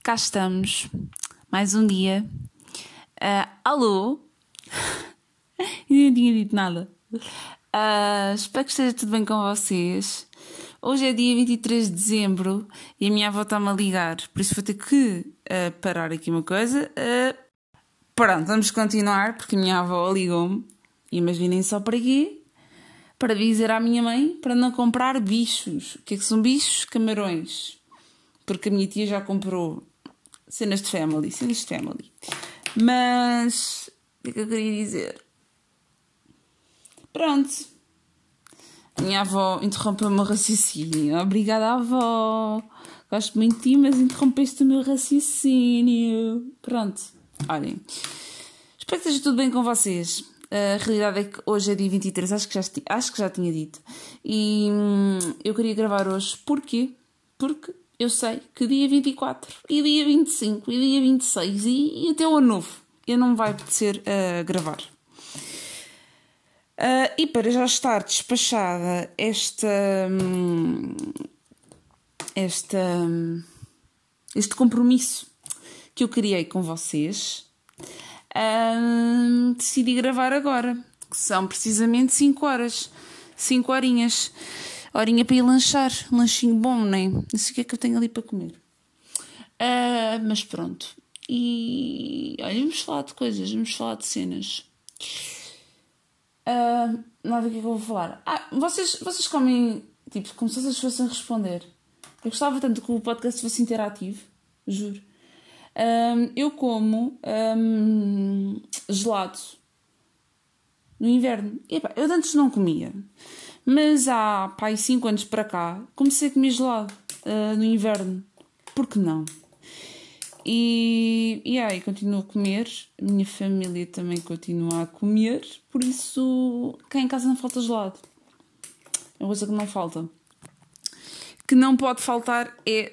cá estamos, mais um dia. Alô? Ainda não tinha dito nada. Espero que esteja tudo bem com vocês. Hoje é dia 23 de dezembro e a minha avó está-me a ligar, por isso vou ter que parar aqui uma coisa. Pronto, vamos continuar, porque a minha avó ligou-me. E imaginem só para quê? Para dizer à minha mãe para não comprar bichos. O que é que são bichos? Camarões. Porque a minha tia já comprou cenas de family. Mas o que é que eu queria dizer? Pronto. A minha avó interrompeu o meu raciocínio. Obrigada, avó. Gosto muito de ti, mas interrompeste o meu raciocínio. Pronto. Olhem. Espero que esteja tudo bem com vocês. A realidade é que hoje é dia 23, acho que já tinha dito. E eu queria gravar hoje. Porquê? Porque eu sei que dia 24, e dia 25, e dia 26, e até o ano novo, eu não me vai apetecer gravar. E para já estar despachada este compromisso que eu criei com vocês, decidi gravar agora, que são precisamente 5 horas, 5 horinhas, horinha para ir lanchar, um lanchinho bom, né? Não sei o que é que eu tenho ali para comer. Mas pronto, e olha, vamos falar de coisas, vamos falar de cenas. Nada o que é que eu vou falar. Vocês comem, tipo, como se vocês fossem responder. Eu gostava tanto que o podcast fosse interativo, juro. Eu como gelado no inverno. Epá, eu antes não comia, mas há 5 anos para cá comecei a comer gelado no inverno. Por que não? E continuo a comer. A minha família também continua a comer. Por isso cá em casa não falta gelado. É uma coisa que não falta. Que não pode faltar é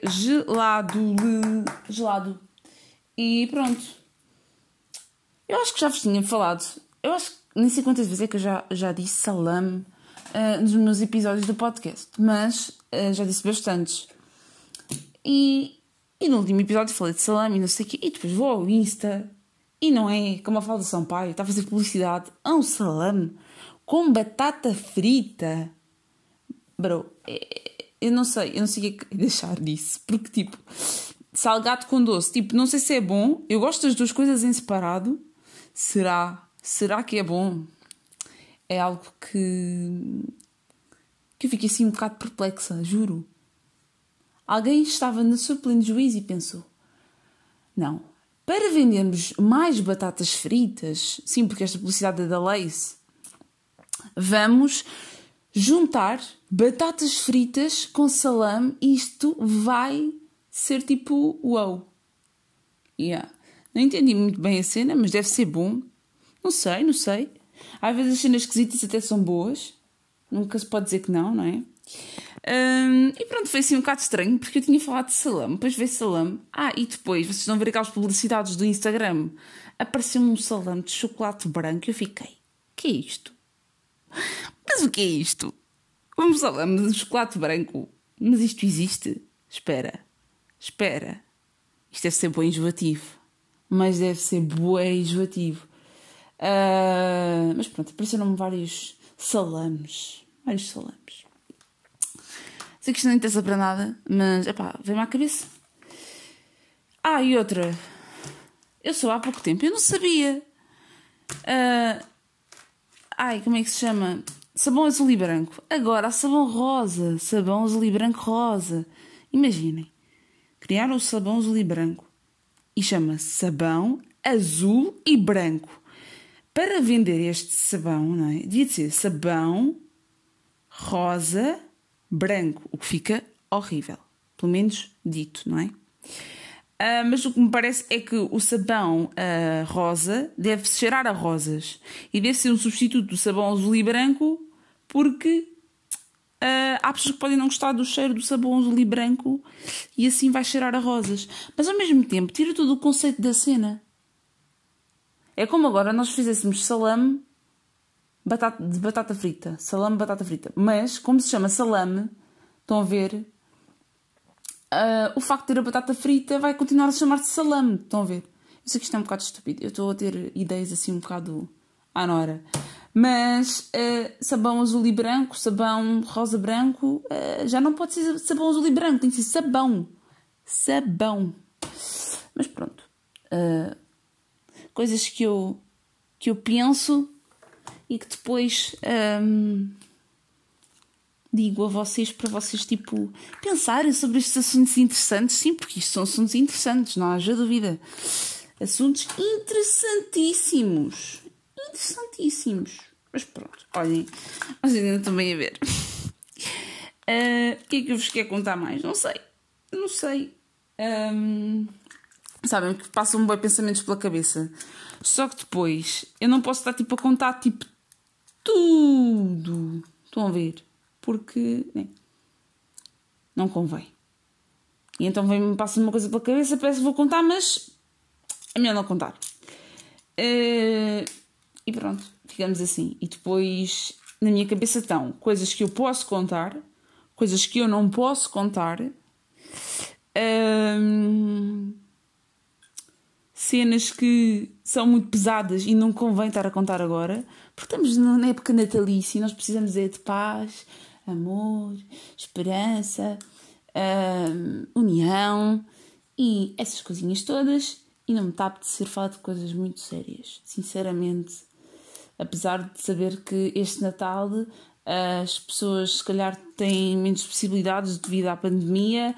gelado. E pronto. Eu acho que já vos tinha falado. Eu acho que nem sei quantas vezes é que eu já disse salame nos meus episódios do podcast. Mas já disse bastantes. E no último episódio falei de salame e não sei o quê. E depois vou ao Insta. E não é como a Mafalda Sampaio. Está a fazer publicidade a um salame com batata frita. Bro, eu não sei o que é que deixar disso. Porque tipo, salgado com doce, tipo, não sei se é bom. Eu gosto das duas coisas em separado. Será que é bom? É algo que eu fiquei assim um bocado perplexa, juro. Alguém estava na sua pleno juízo e pensou: não, para vendermos mais batatas fritas, sim, porque esta publicidade é da Lay's, vamos juntar batatas fritas com salame e isto vai ser tipo uau. Yeah. Não entendi muito bem a cena, mas deve ser bom. Não sei. Às vezes as cenas esquisitas até são boas. Nunca se pode dizer que não é? E pronto, foi assim um bocado estranho, porque eu tinha falado de salame, depois veio salame. E depois, vocês vão ver aquelas publicidades do Instagram, apareceu-me um salame de chocolate branco e eu fiquei: que é isto? Mas o que é isto? Um salame de chocolate branco? Mas isto existe? Espera. Isto deve ser bué enjoativo. Mas pronto, apareceram-me vários salames. Sei que isto não interessa para nada, mas veio-me à cabeça. E outra. Eu sou há pouco tempo, eu não sabia. Como é que se chama? Sabão azul e branco. Agora há sabão rosa. Sabão azul e branco rosa. Imaginem. Criaram o sabão azul e branco. E chama-se sabão azul e branco. Para vender este sabão, não é? Devia de ser sabão rosa branco. O que fica horrível. Pelo menos dito, não é? Mas o que me parece é que o sabão rosa deve cheirar a rosas. E deve ser um substituto do sabão azul e branco, porque há pessoas que podem não gostar do cheiro do sabão azul e branco e assim vai cheirar a rosas. Mas ao mesmo tempo tira todo o conceito da cena. É como agora nós fizéssemos salame de batata frita. Salame de batata frita. Mas, como se chama salame, estão a ver, o facto de ter a batata frita vai continuar a chamar-se salame. Estão a ver? Eu sei que isto é um bocado estúpido. Eu estou a ter ideias assim um bocado à nora. Mas sabão azul e branco, sabão rosa branco, já não pode ser sabão azul e branco, tem que ser sabão. Sabão. Mas pronto. Coisas que eu penso e que depois digo a vocês, para vocês tipo pensarem sobre estes assuntos interessantes. Sim, porque isto são assuntos interessantes, não haja dúvida. Assuntos interessantíssimos. Mas pronto, olhem, vocês ainda estão bem a ver. O que é que eu vos quero contar mais? Não sei. Sabem que passam bem pensamentos pela cabeça. Só que depois eu não posso estar tipo a contar tipo tudo. Estão a ver? Porque não convém. E então vem-me passa uma coisa pela cabeça, parece que vou contar, mas é melhor não contar. E pronto, ficamos assim. E depois na minha cabeça estão coisas que eu posso contar, coisas que eu não posso contar, cenas que são muito pesadas e não convém estar a contar agora, porque estamos na época natalícia e nós precisamos de paz, amor, esperança, união e essas coisinhas todas, e não me está a apetecer falar de coisas muito sérias, sinceramente. Apesar de saber que este Natal as pessoas se calhar têm menos possibilidades devido à pandemia,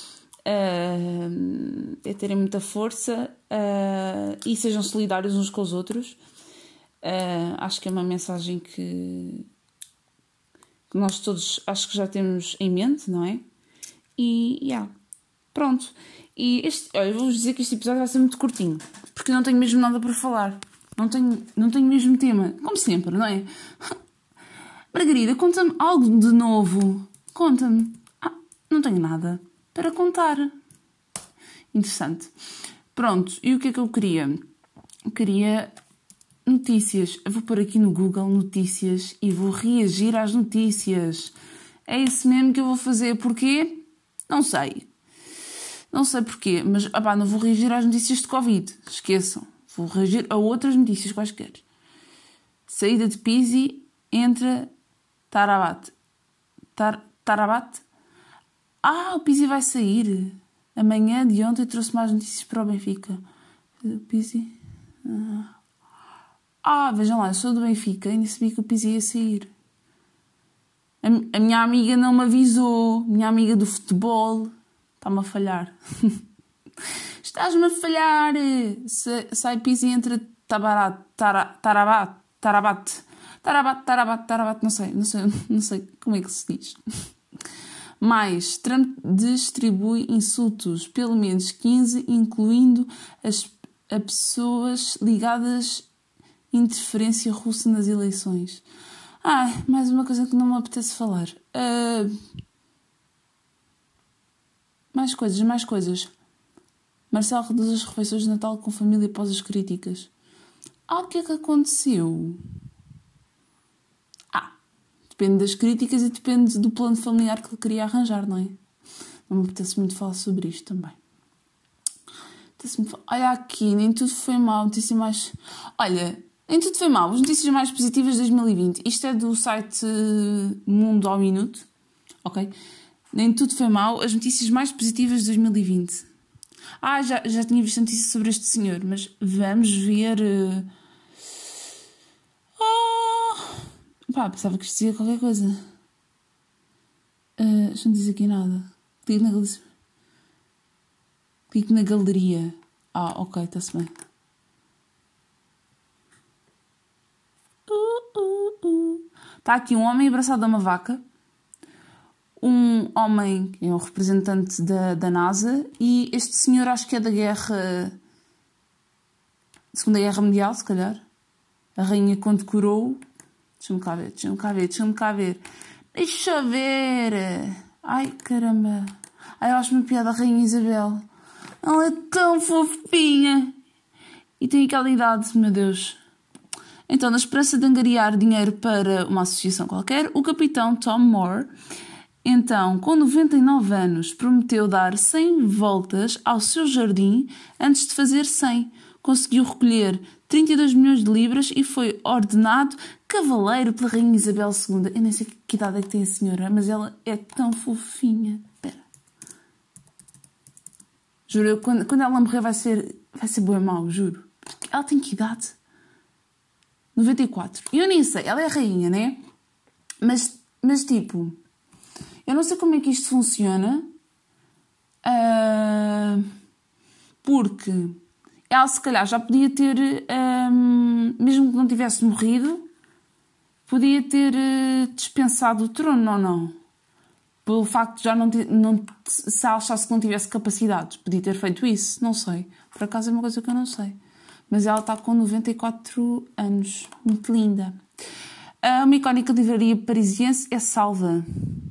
a terem muita força e sejam solidários uns com os outros. Acho que é uma mensagem que nós todos acho que já temos em mente, não é? E pronto. E eu vou-vos dizer que este episódio vai ser muito curtinho, porque eu não tenho mesmo nada para falar. Não tenho mesmo tema, como sempre, não é? Margarida, conta-me algo de novo. Conta-me. Não tenho nada para contar. Interessante. Pronto, e o que é que eu queria? Queria notícias. Eu vou pôr aqui no Google notícias e vou reagir às notícias. É isso mesmo que eu vou fazer. Porquê? Não sei. Não sei porquê, mas não vou reagir às notícias de Covid. Esqueçam. Vou reagir a outras notícias quaisquer. Saída de Pizzi entra Tarabat. Tarabat? O Pizzi vai sair. Amanhã de ontem trouxe mais notícias para o Benfica. Pizzi. Vejam lá, eu sou do Benfica. Ainda sabia que o Pizzi ia sair. A minha amiga não me avisou. Minha amiga do futebol. Está-me a falhar. Estás-me a falhar. Sai Pizzi entre Tarabat. Não sei como é que se diz. Mais, Trump distribui insultos, pelo menos 15, incluindo a pessoas ligadas à interferência russa nas eleições. Mais uma coisa que não me apetece falar. Mais coisas. Marcelo reduz as refeições de Natal com família após as críticas. O que é que aconteceu? Depende das críticas e depende do plano familiar que ele queria arranjar, não é? Não me apetece muito falar sobre isto também. Olha aqui, nem tudo foi mau. Nem tudo foi mau. As notícias mais positivas de 2020. Isto é do site Mundo ao Minuto. Ok? Nem tudo foi mau. As notícias mais positivas de 2020. Já tinha visto notícias sobre este senhor, mas vamos ver... pensava que isto dizia qualquer coisa. Isto não diz aqui nada. Clique na galeria. Ok, está-se bem. Está aqui um homem abraçado a uma vaca. Um homem que é um representante da NASA. E este senhor acho que é da guerra... Segunda Guerra Mundial, se calhar. A rainha condecorou... Deixa-me cá ver. Deixa ver. Ai, caramba. Eu acho uma piada a Rainha Isabel. Ela é tão fofinha. E tem aquela idade, meu Deus. Então, na esperança de angariar dinheiro para uma associação qualquer, o capitão Tom Moore Então, com 99 anos, prometeu dar 100 voltas ao seu jardim antes de fazer 100. Conseguiu recolher 32 milhões de libras e foi ordenado cavaleiro pela Rainha Isabel II. Eu nem sei que idade é que tem a senhora, mas ela é tão fofinha. Espera. Juro, quando ela morrer vai ser bem mau, juro. Porque ela tem que idade? 94. E eu nem sei, ela é a rainha, né? Mas tipo, eu não sei como é que isto funciona. Porque ela se calhar já podia ter, mesmo que não tivesse morrido, podia ter dispensado o trono ou não. Pelo facto de já se ela achasse que não tivesse capacidades, podia ter feito isso, não sei. Por acaso é uma coisa que eu não sei. Mas ela está com 94 anos, muito linda. Uma icónica livraria parisiense é Salva.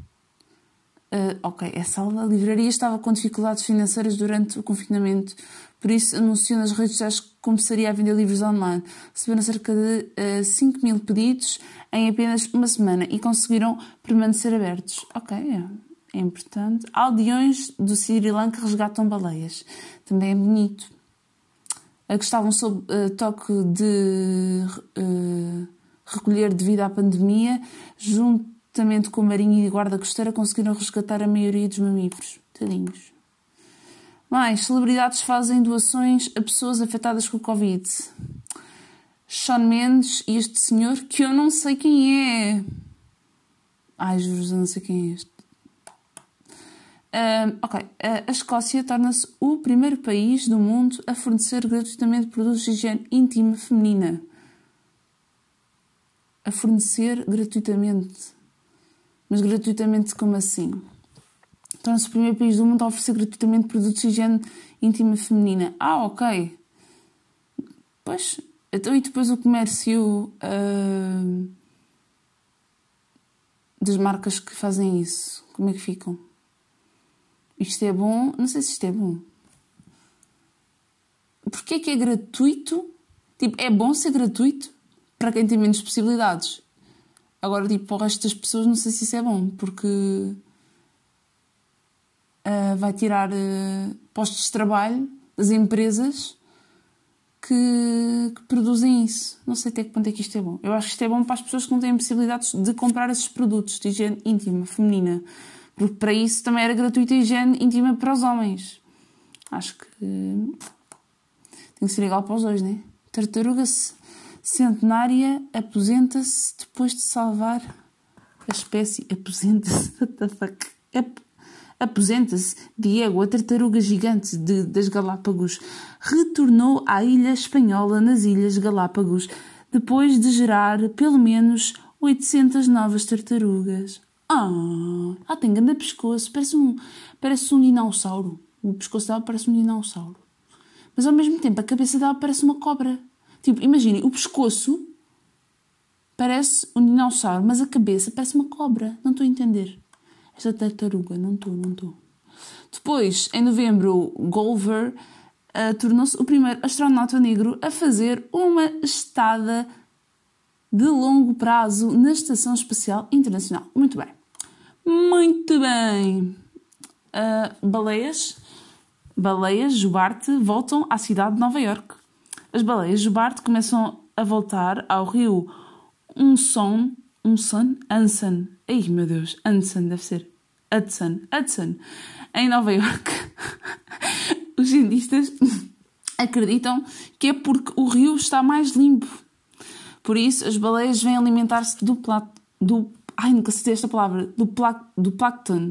É Salva. A livraria estava com dificuldades financeiras durante o confinamento, por isso anunciou nas redes sociais que começaria a vender livros online. Receberam cerca de 5 mil pedidos em apenas uma semana e conseguiram permanecer abertos. É importante. Aldeões do Sri Lanka resgatam baleias. Também é bonito. Que estavam sob toque de recolher devido à pandemia, juntamente com a Marinha e a Guarda Costeira, conseguiram resgatar a maioria dos mamíferos. Tadinhos. Mais, celebridades fazem doações a pessoas afetadas com o Covid. Shawn Mendes e este senhor, que eu não sei quem é. Juro, eu não sei quem é este. A Escócia torna-se o primeiro país do mundo a fornecer gratuitamente produtos de higiene íntima feminina. A fornecer gratuitamente. Mas gratuitamente como assim? Torna-se o primeiro país do mundo a oferecer gratuitamente produtos de higiene íntima feminina. Ok. Pois, então e depois o comércio das marcas que fazem isso? Como é que ficam? Isto é bom? Não sei se isto é bom. Porquê que é gratuito? Tipo, é bom ser gratuito para quem tem menos possibilidades. Agora, tipo, para o resto das pessoas, não sei se isso é bom, porque vai tirar postos de trabalho das empresas que produzem isso. Não sei até que ponto é que isto é bom. Eu acho que isto é bom para as pessoas que não têm possibilidades de comprar esses produtos de higiene íntima feminina. Porque para isso também era gratuita a higiene íntima para os homens. Acho que tem que ser igual para os dois, não é? Tartaruga centenária aposenta-se depois de salvar a espécie. Aposenta-se? What the fuck? Aposenta-se. Diego, a tartaruga gigante das Galápagos, retornou à ilha espanhola nas Ilhas Galápagos depois de gerar pelo menos 800 novas tartarugas. Tem grande pescoço. Parece um dinossauro. O pescoço dela parece um dinossauro. Mas ao mesmo tempo a cabeça dela parece uma cobra. Tipo, imaginem, o pescoço parece um dinossauro, mas a cabeça parece uma cobra. Não estou a entender. Esta tartaruga, não estou. Depois, em novembro, Gulliver tornou-se o primeiro astronauta negro a fazer uma estada de longo prazo na Estação Espacial Internacional. Muito bem. Baleias Jubarte voltam à cidade de Nova Iorque. As baleias Jubarte começam a voltar ao rio Hudson. Ai, meu Deus. Hudson. Em Nova Iorque. Os cientistas acreditam que é porque o rio está mais limpo. Por isso, as baleias vêm alimentar-se nunca sei esta palavra. Do plâncton.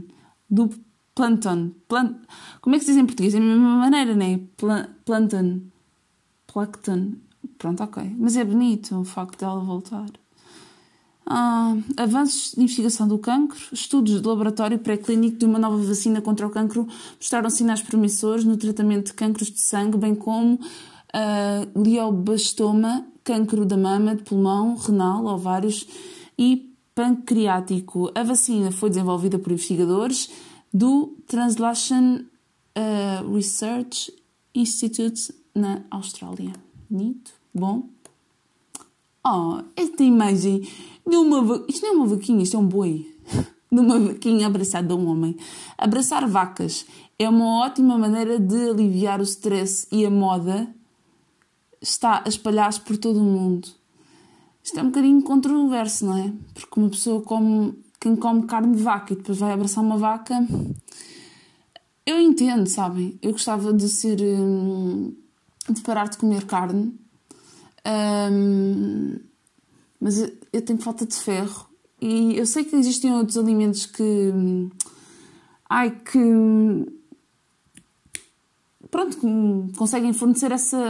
Como é que se diz em português? É a mesma maneira, não é? Plâncton. Pronto, ok. Mas é bonito o facto dela voltar. Avanços de investigação do cancro. Estudos de laboratório pré-clínico de uma nova vacina contra o cancro mostraram sinais promissores no tratamento de cancros de sangue, bem como glioblastoma, cancro da mama, de pulmão, renal, ovários e pancreático. A vacina foi desenvolvida por investigadores do Translation Research Institute na Austrália. Bonito, bom. Esta imagem de isto não é uma vaquinha, isto é um boi. de uma vaquinha abraçada a um homem. Abraçar vacas é uma ótima maneira de aliviar o stress e a moda está a espalhar-se por todo o mundo. Isto é um bocadinho controverso, não é? Porque uma pessoa quem come carne de vaca e depois vai abraçar uma vaca... Eu entendo, sabem? Eu gostava de parar de comer carne, mas eu tenho falta de ferro. E eu sei que existem outros alimentos que conseguem fornecer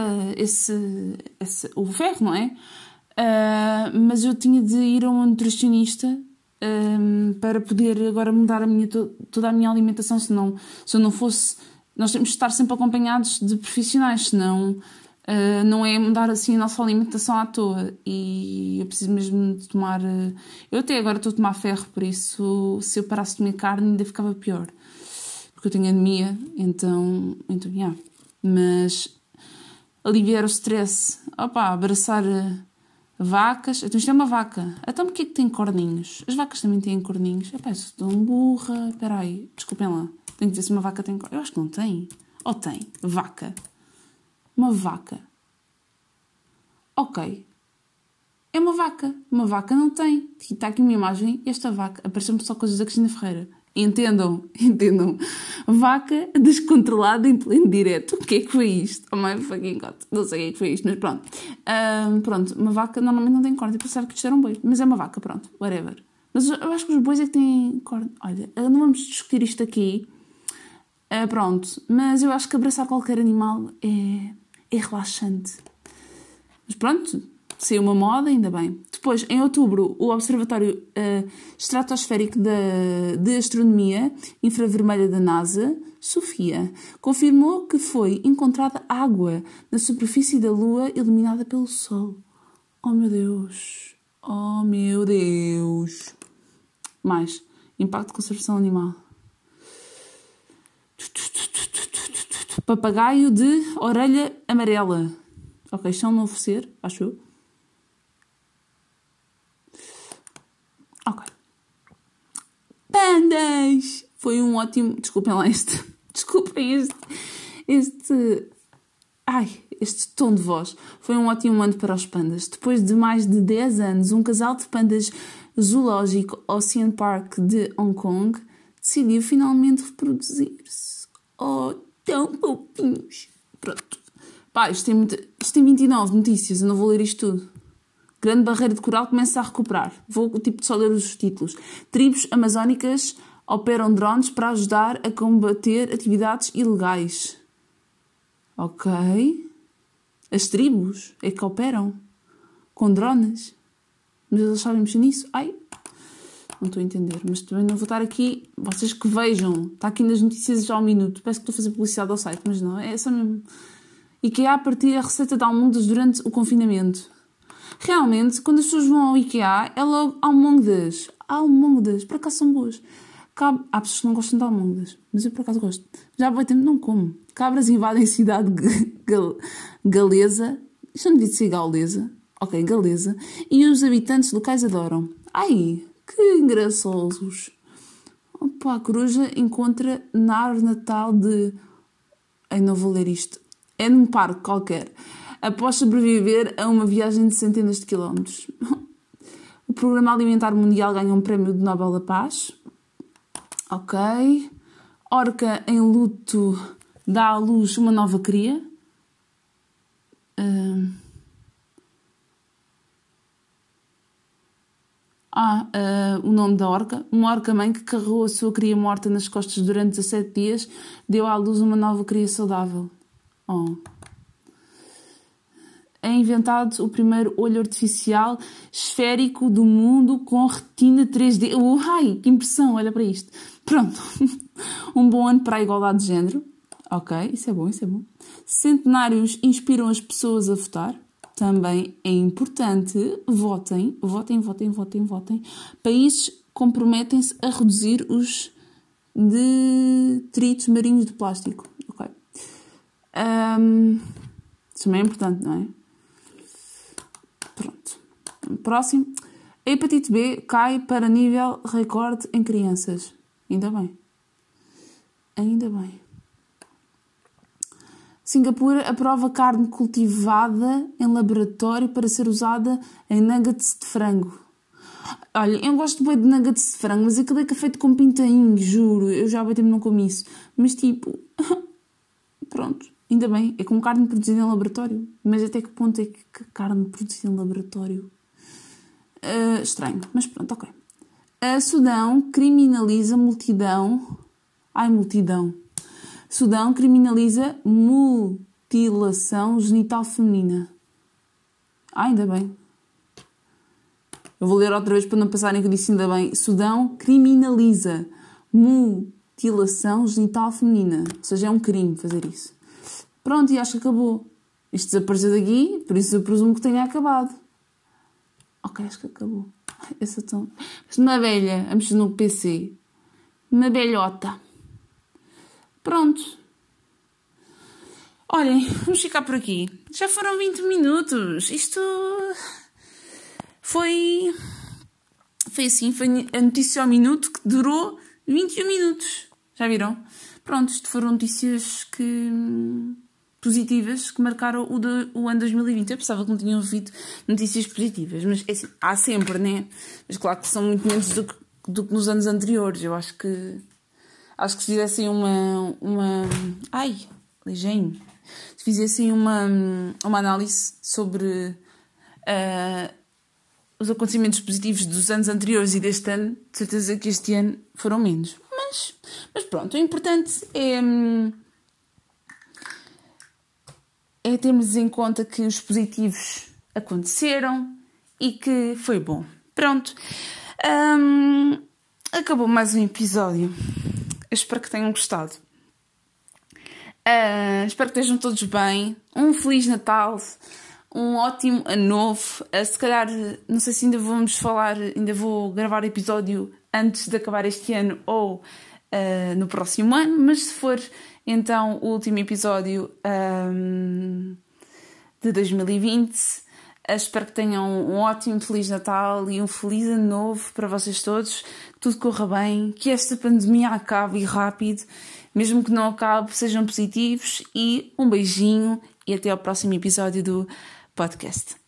o ferro, não é? Mas eu tinha de ir a um nutricionista para poder agora mudar toda a minha alimentação, se eu não fosse... Nós temos de estar sempre acompanhados de profissionais, senão não é mudar assim a nossa alimentação à toa. E eu preciso mesmo de tomar... eu até agora estou a tomar ferro, por isso se eu parasse de comer carne ainda ficava pior. Porque eu tenho anemia, então yeah. Mas aliviar o stress, abraçar vacas. Então isto é uma vaca. Então porquê que tem corninhos? As vacas também têm corninhos. Eu sou tão burra. Espera aí, desculpem lá. Tenho que ver se uma vaca tem corninhos. Eu acho que não tem. Ou tem? Vaca. Uma vaca. Ok. É uma vaca. Uma vaca não tem. Está aqui uma imagem. Esta vaca. Apareceu-me só coisas da Cristina Ferreira. Entendam. Vaca descontrolada em pleno direto. O que é que foi isto? Oh my fucking God. Não sei o que é que foi isto, mas pronto. Uma vaca normalmente não tem corno. Eu pensava que isto era um boi. Mas é uma vaca, pronto. Whatever. Mas eu acho que os bois é que têm corno. Olha, não vamos discutir isto aqui. Pronto. Mas eu acho que abraçar qualquer animal é relaxante. Mas pronto. Saiu uma moda, ainda bem. Depois, em outubro, o Observatório Estratosférico de Astronomia Infravermelha da NASA, SOFIA, confirmou que foi encontrada água na superfície da Lua iluminada pelo Sol. Oh, meu Deus! Oh, meu Deus! Mais. Impacto de conservação animal. Papagaio de orelha amarela. Ok, isto é um novo ser, acho eu. Ok. Pandas! Foi um ótimo... Desculpem lá este tom de voz. Foi um ótimo ano para os pandas. Depois de mais de 10 anos, um casal de pandas zoológico Ocean Park de Hong Kong decidiu finalmente reproduzir-se. Oh, tão fofinhos. Pronto. Isto tem 29 notícias. Eu não vou ler isto tudo. Grande Barreira de Coral começa a recuperar. Vou só ler os títulos. Tribos amazónicas operam drones para ajudar a combater atividades ilegais. Ok. As tribos é que operam com drones. Mas eles sabem mexer nisso? Não estou a entender. Mas também não vou estar aqui... Vocês que vejam. Está aqui nas notícias já ao minuto. Parece que estou a fazer publicidade ao site. Mas não. É só mesmo... IKEA a partir a receita de almôndegas durante o confinamento. Realmente, quando as pessoas vão ao IKEA, é logo almôndegas. Almôndegas. Por acaso são boas. Há pessoas que não gostam de almôndegas. Mas eu por acaso gosto. Já há bem tempo não como. Cabras invadem cidade galesa. Isto não devia ser gaulesa. Ok, galesa. E os habitantes locais adoram. Ai, que engraçosos. Opa, a coruja encontra na árvore natal de... não vou ler isto. É num parque qualquer. Após sobreviver a uma viagem de centenas de quilómetros. O Programa Alimentar Mundial ganha um prémio de Nobel da Paz. Ok. Orca em luto dá à luz uma nova cria. O nome da orca. Uma orca-mãe que carregou a sua cria morta nas costas durante 17 dias deu à luz uma nova cria saudável. É inventado o primeiro olho artificial esférico do mundo com retina 3D. Ai, que impressão, olha para isto. Pronto. Um bom ano para a igualdade de género. Ok, isso é bom. Centenários inspiram as pessoas a votar. Também é importante. Votem. Países comprometem-se a reduzir os detritos marinhos de plástico. Ok. Isso também é importante, não é? Pronto. Próximo. A hepatite B cai para nível recorde em crianças. Ainda bem. Ainda bem. Singapura aprova carne cultivada em laboratório para ser usada em nuggets de frango. Olha, eu gosto bem de nuggets de frango, mas aquilo é que é feito com pintainho, juro. Eu já há bem tempo não como isso. Mas tipo, pronto, ainda bem. É com carne produzida em laboratório. Mas até que ponto é que carne produzida em laboratório? Estranho, mas pronto, ok. Sudão criminaliza multidão. Ai, multidão. Sudão criminaliza mutilação genital feminina. Ainda bem. Eu vou ler outra vez para não passarem que eu disse ainda bem. Sudão criminaliza mutilação genital feminina. Ou seja, é um crime fazer isso. Pronto, e acho que acabou. Isto desapareceu daqui, por isso eu presumo que tenha acabado. Ok, acho que acabou. Eu sou tão... Mas uma velha a mexer no PC. Uma velhota. Pronto. Olhem, vamos ficar por aqui. Já foram 20 minutos. Isto foi assim, foi a notícia ao minuto que durou 21 minutos. Já viram? Pronto, isto foram notícias positivas que marcaram o ano 2020. Eu pensava que não tinham ouvido notícias positivas, mas é assim, há sempre, né? Mas claro que são muito menos do que nos anos anteriores. Eu acho que se fizessem ai, ligeiro. Se fizessem uma análise sobre os acontecimentos positivos dos anos anteriores e deste ano, de certeza que este ano foram menos. Mas pronto, o importante é termos em conta que os positivos aconteceram e que foi bom. Pronto. Acabou mais um episódio. Eu espero que tenham gostado. Espero que estejam todos bem. Um Feliz Natal. Um ótimo ano novo. Se calhar, não sei se ainda vou gravar episódio antes de acabar este ano ou no próximo ano, mas se for então o último episódio de 2020, espero que tenham um ótimo Feliz Natal e um Feliz Ano Novo para vocês todos, que tudo corra bem, que esta pandemia acabe e rápido, mesmo que não acabe, sejam positivos e um beijinho e até ao próximo episódio do podcast.